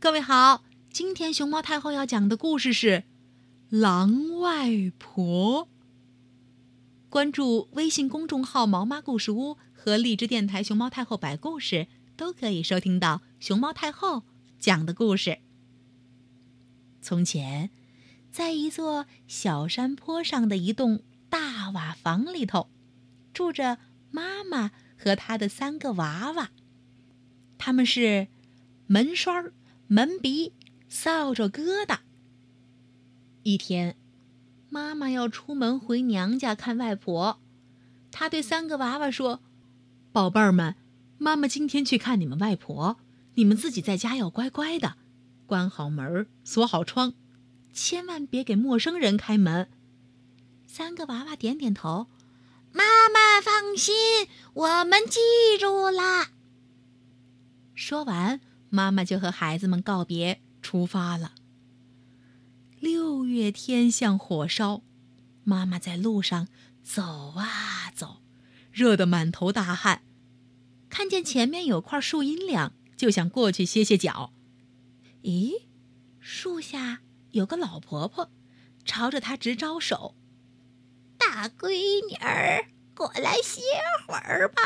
各位好，今天熊猫太后要讲的故事是《狼外婆》。关注微信公众号毛妈故事屋和荔枝电台熊猫太后摆故事，都可以收听到熊猫太后讲的故事。从前，在一座小山坡上的一栋大瓦房里头，住着妈妈和她的3个娃娃。他们是门栓、门鼻、扫帚疙瘩。一天，妈妈要出门回娘家看外婆，她对3个娃娃说：“宝贝儿们，妈妈今天去看你们外婆，你们自己在家要乖乖的，关好门，锁好窗，千万别给陌生人开门。”3个娃娃点点头：“妈妈放心，我们记住了。”说完，妈妈就和孩子们告别，出发了。6月天像火烧，妈妈在路上走啊走，热得满头大汗。看见前面有块树荫凉，就想过去歇歇脚。咦，树下有个老婆婆，朝着她直招手：“大闺女儿，过来歇会儿吧。”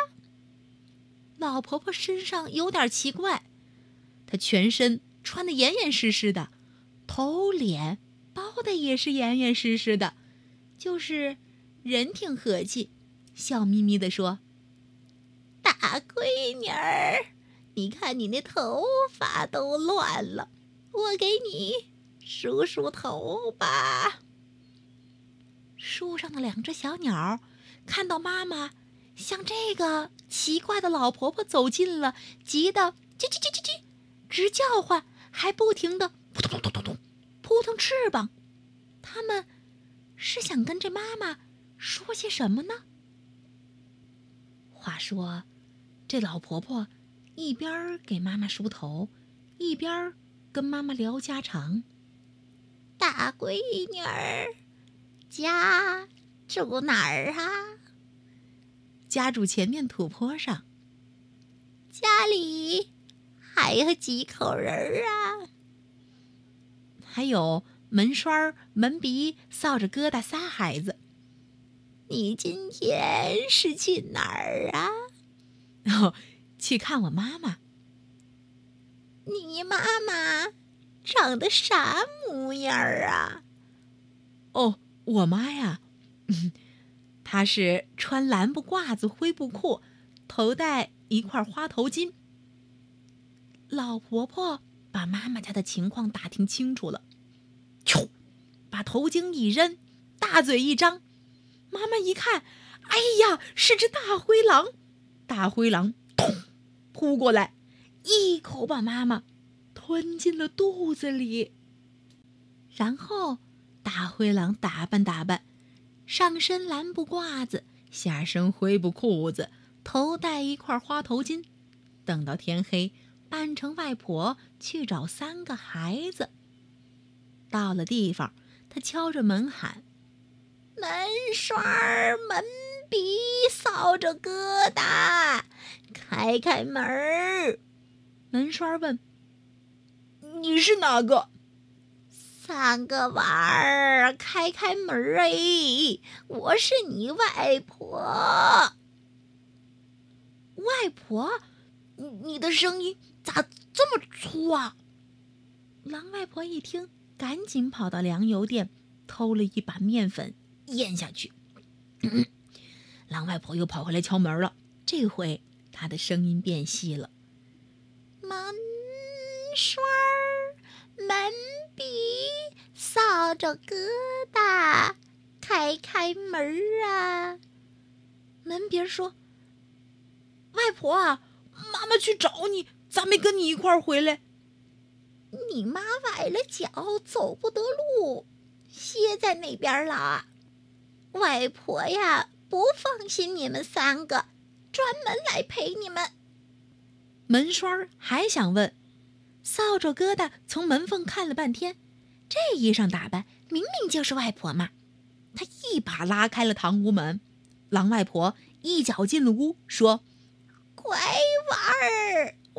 老婆婆身上有点奇怪，她全身穿得严严实实的，头脸包的也是严严实实的，就是人挺和气，笑眯眯地说：“大闺女儿，你看你那头发都乱了，我给你梳梳头吧。”树上的2只小鸟看到妈妈向这个奇怪的老婆婆走近了，急得叽叽叽叽叽直叫唤，还不停地扑通扑通扑通扑腾翅膀。他们是想跟这妈妈说些什么呢？话说，这老婆婆一边给妈妈梳头，一边跟妈妈聊家常：“大闺女儿，家住哪儿啊？”“家住前面土坡上。”“家里还有几口人啊？”“还有门栓、门鼻、扫帚疙瘩3孩子。”“你今天是去哪儿啊？”“哦，去看我妈妈。”“你妈妈长得啥模样啊？”“哦，我妈呀，她是穿蓝布褂子、灰布裤，头戴一块花头巾。”老婆婆把妈妈家的情况打听清楚了，咻，把头巾一扔，大嘴一张。妈妈一看，哎呀，是只大灰狼！大灰狼咚扑过来，一口把妈妈吞进了肚子里。然后大灰狼打扮打扮，上身蓝布褂子，下身灰布裤子，头戴一块花头巾。等到天黑，扮成外婆去找3个孩子。到了地方，他敲着门喊：“门栓、门鼻、扫帚疙瘩，开开门儿。”门栓问：“你是哪个？”“3个娃儿，开开门儿哎，我是你外婆。”“外婆？你的声音咋这么粗啊？”狼外婆一听，赶紧跑到粮油店偷了一把面粉咽下去。狼外婆又跑回来敲门了，这回她的声音变细了：“门栓、门鼻、扫帚疙瘩，开开门啊！”门鼻说：“外婆啊，妈妈去找你，咋没跟你一块儿回来？”“你妈崴了脚，走不得路，歇在那边了。外婆呀，不放心你们3个，专门来陪你们。”门栓还想问，扫帚疙瘩从门缝看了半天，这衣裳打扮明明就是外婆嘛。他一把拉开了堂屋门，狼外婆一脚进了屋，说：“乖娃儿，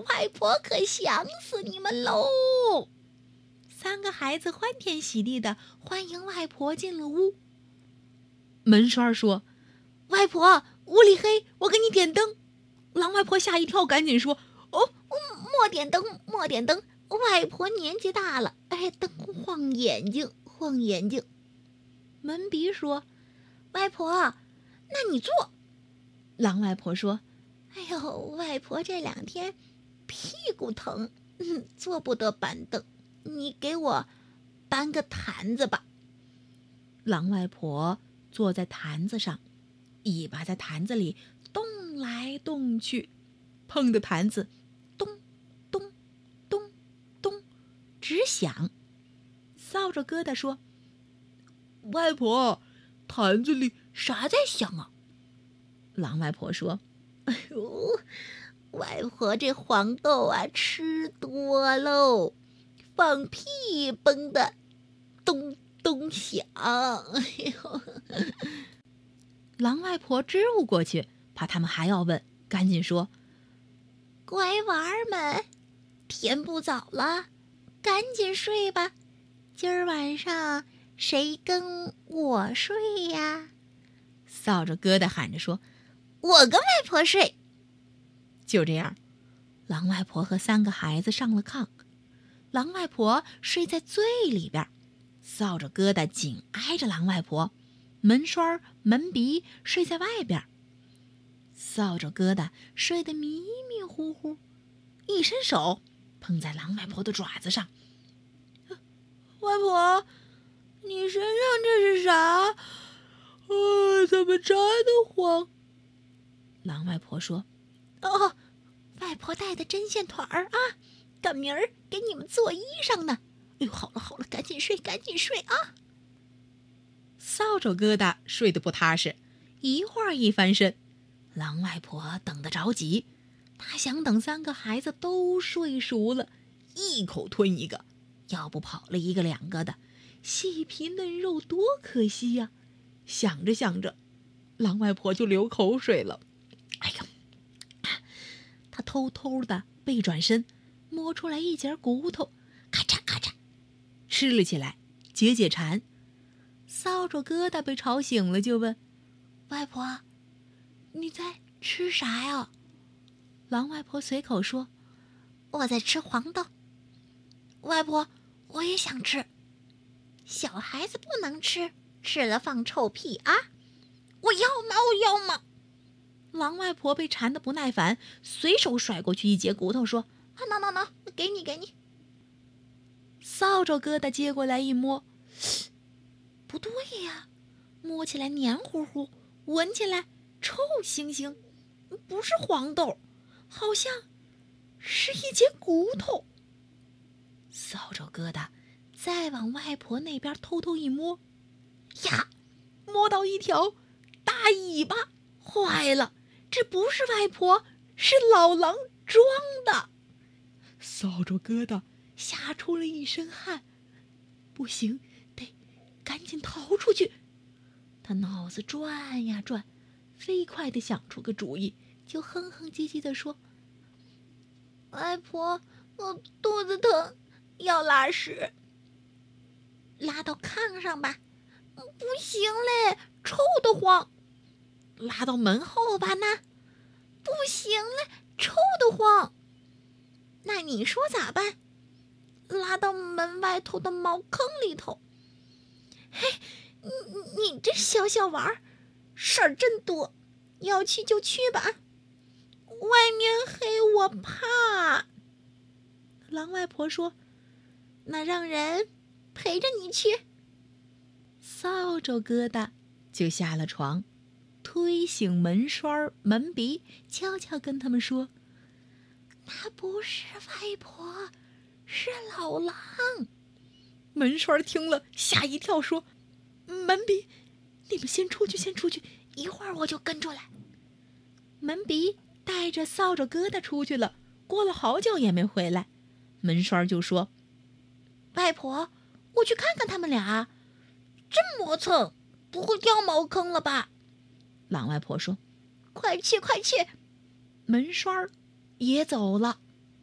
外婆可想死你们喽！三个孩子欢天喜地的欢迎外婆进了屋。门栓说：“外婆，屋里黑，我给你点灯。”狼外婆吓一跳，赶紧说：“哦，莫点灯，莫点灯，外婆年纪大了，灯晃眼睛，晃眼睛。”门鼻说：“外婆，那你坐。”狼外婆说：“哎呦，外婆这2天屁股疼，坐不得板凳，你给我搬个坛子吧。”狼外婆坐在坛子上，尾巴在坛子里动来动去，碰的坛子咚咚咚咚直响。扫帚疙瘩说：“外婆，坛子里啥在响啊？”狼外婆说：“哎呦，外婆这黄豆啊吃多喽，放屁崩的咚咚响。”哎呦，狼外婆支吾过去，怕他们还要问，赶紧说：“乖娃儿们，天不早了，赶紧睡吧。今儿晚上谁跟我睡呀？”扫帚疙瘩喊着说：“我跟外婆睡。”就这样，狼外婆和3个孩子上了炕，狼外婆睡在最里边，扫帚疙瘩紧挨着狼外婆，门栓门鼻睡在外边。扫帚疙瘩睡得迷迷糊糊，一伸手碰在狼外婆的爪子上：“外婆，你身上这是啥？怎么扎得慌？”狼外婆说：“哦，外婆带的针线团儿啊，赶明儿给你们做衣裳呢。哎呦，好了好了，赶紧睡，赶紧睡啊！”扫帚疙瘩睡得不踏实，一会儿一翻身。狼外婆等得着急，她想等3个孩子都睡熟了，一口吞一个，要不跑了1个2个的，细皮嫩肉多可惜呀！想着想着，狼外婆就流口水了。哎呀，她偷偷的背转身，摸出来1截骨头，咔嚓咔嚓吃了起来，解解馋。扫帚疙瘩被吵醒了，就问：“外婆，你在吃啥呀？”狼外婆随口说：“我在吃黄豆。”外婆，我也想吃。小孩子不能吃，吃了放臭屁啊！我要吗？我要吗？狼外婆被馋得不耐烦，随手甩过去1截骨头，说：“喏，给你给你。”扫帚疙瘩接过来一摸，不对呀，摸起来黏糊糊，闻起来臭腥腥，不是黄豆，好像是1截骨头。扫帚疙瘩再往外婆那边偷偷一摸，呀，摸到1条大尾巴，坏了，这不是外婆，是老狼装的。扫帚疙瘩吓出了一身汗，不行，得赶紧逃出去。他脑子转呀转，飞快地想出个主意，就哼哼唧唧地说：“外婆，我肚子疼，要拉屎。”“拉到炕上吧。”“不行嘞，臭得慌。”“拉到门后吧呢。”“不行嘞，臭得慌。”“那你说咋办？”“拉到门外头的茅坑里头。”“嘿，你这小娃儿，事儿真多，要去就去吧。外面黑我怕。”狼外婆说：“那让人陪着你去。”扫帚疙瘩就下了床，推醒门栓门鼻，悄悄跟他们说：“那不是外婆，是老狼。”门栓听了吓一跳，说：“门鼻，你们先出去，先出去，一会儿我就跟出来。”门鼻带着扫帚疙瘩出去了，过了好久也没回来。门栓就说：“外婆，我去看看他们俩，真磨蹭，不会掉茅坑了吧？”狼外婆说：“快去，快去！”门栓也走了。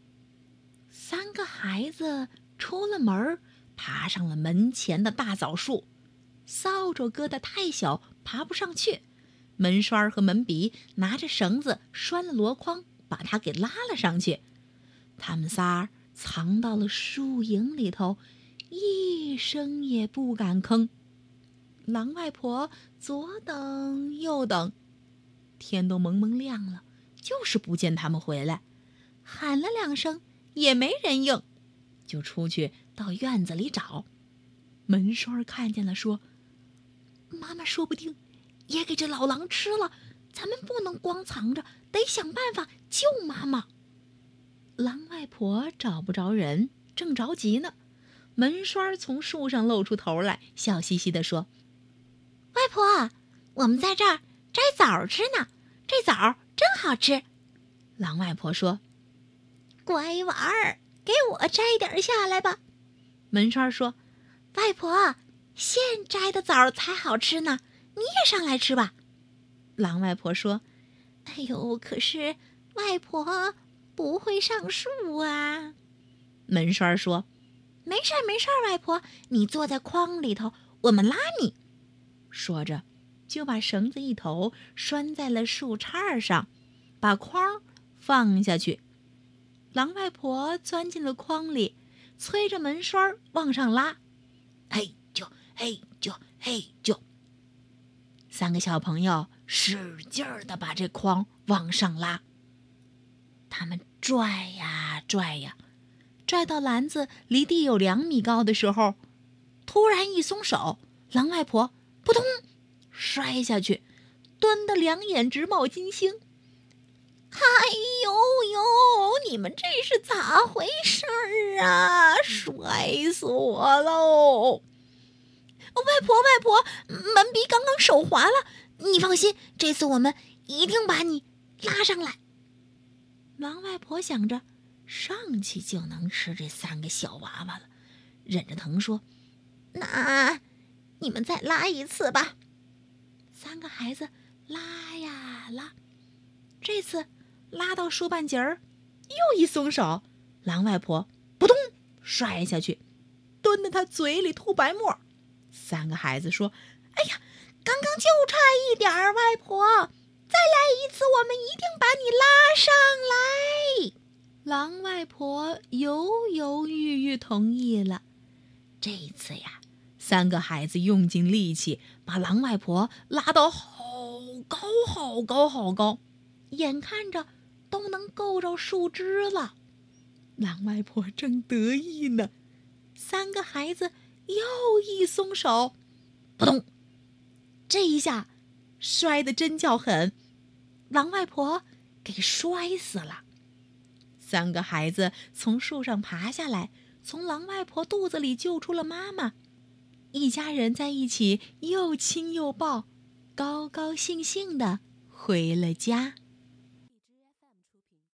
个孩子出了门，爬上了门前的大枣树。扫帚搁得太小，爬不上去。门栓和门鼻拿着绳子拴了箩筐，把它给拉了上去。他们仨藏到了树影里头，一声也不敢吭。狼外婆左等右等，天都蒙蒙亮了，就是不见他们回来。喊了2声也没人应，就出去到院子里找。门栓看见了，说：“妈妈说不定也给这老狼吃了，咱们不能光藏着，得想办法救妈妈。”狼外婆找不着人，正着急呢。门栓从树上露出头来，笑嘻嘻地说：“外婆，我们在这儿摘枣吃呢，这枣真好吃。”狼外婆说：“乖娃儿，给我摘点下来吧。”门栓说：“外婆，现摘的枣才好吃呢，你也上来吃吧。”狼外婆说：“哎呦，可是外婆不会上树啊。”门栓说：“没事儿没事儿，外婆，你坐在筐里头，我们拉你。”说着就把绳子一头拴在了树杈上，把筐放下去。狼外婆钻进了筐里，催着门栓往上拉。嘿啾嘿啾嘿啾，3个小朋友使劲儿地把这筐往上拉。他们拽呀拽呀，拽到篮子离地有2米高的时候，突然一松手，狼外婆扑通摔下去，蹲得2眼直冒金星。哎呦呦，你们这是咋回事儿啊？摔死我喽！外婆外婆，门鼻刚刚手滑了，你放心，这次我们一定把你拉上来。狼外婆想着上去就能吃这3个小娃娃了，忍着疼说：“那你们再拉一次吧。”3个孩子拉呀拉，这次拉到树半截儿，又一松手，狼外婆扑通摔下去，蹲得他嘴里吐白沫。3个孩子说：“哎呀，刚刚就差一点儿，外婆，再来一次，我们一定把你拉上来。”狼外婆犹犹豫豫同意了。这一次呀，3个孩子用尽力气，把狼外婆拉到好高好高好高，眼看着都能够着树枝了。狼外婆正得意呢，3个孩子又一松手，扑通，这一下摔得真叫狠，狼外婆给摔死了。3个孩子从树上爬下来，从狼外婆肚子里救出了妈妈，一家人在一起又亲又抱，高高兴兴地回了家。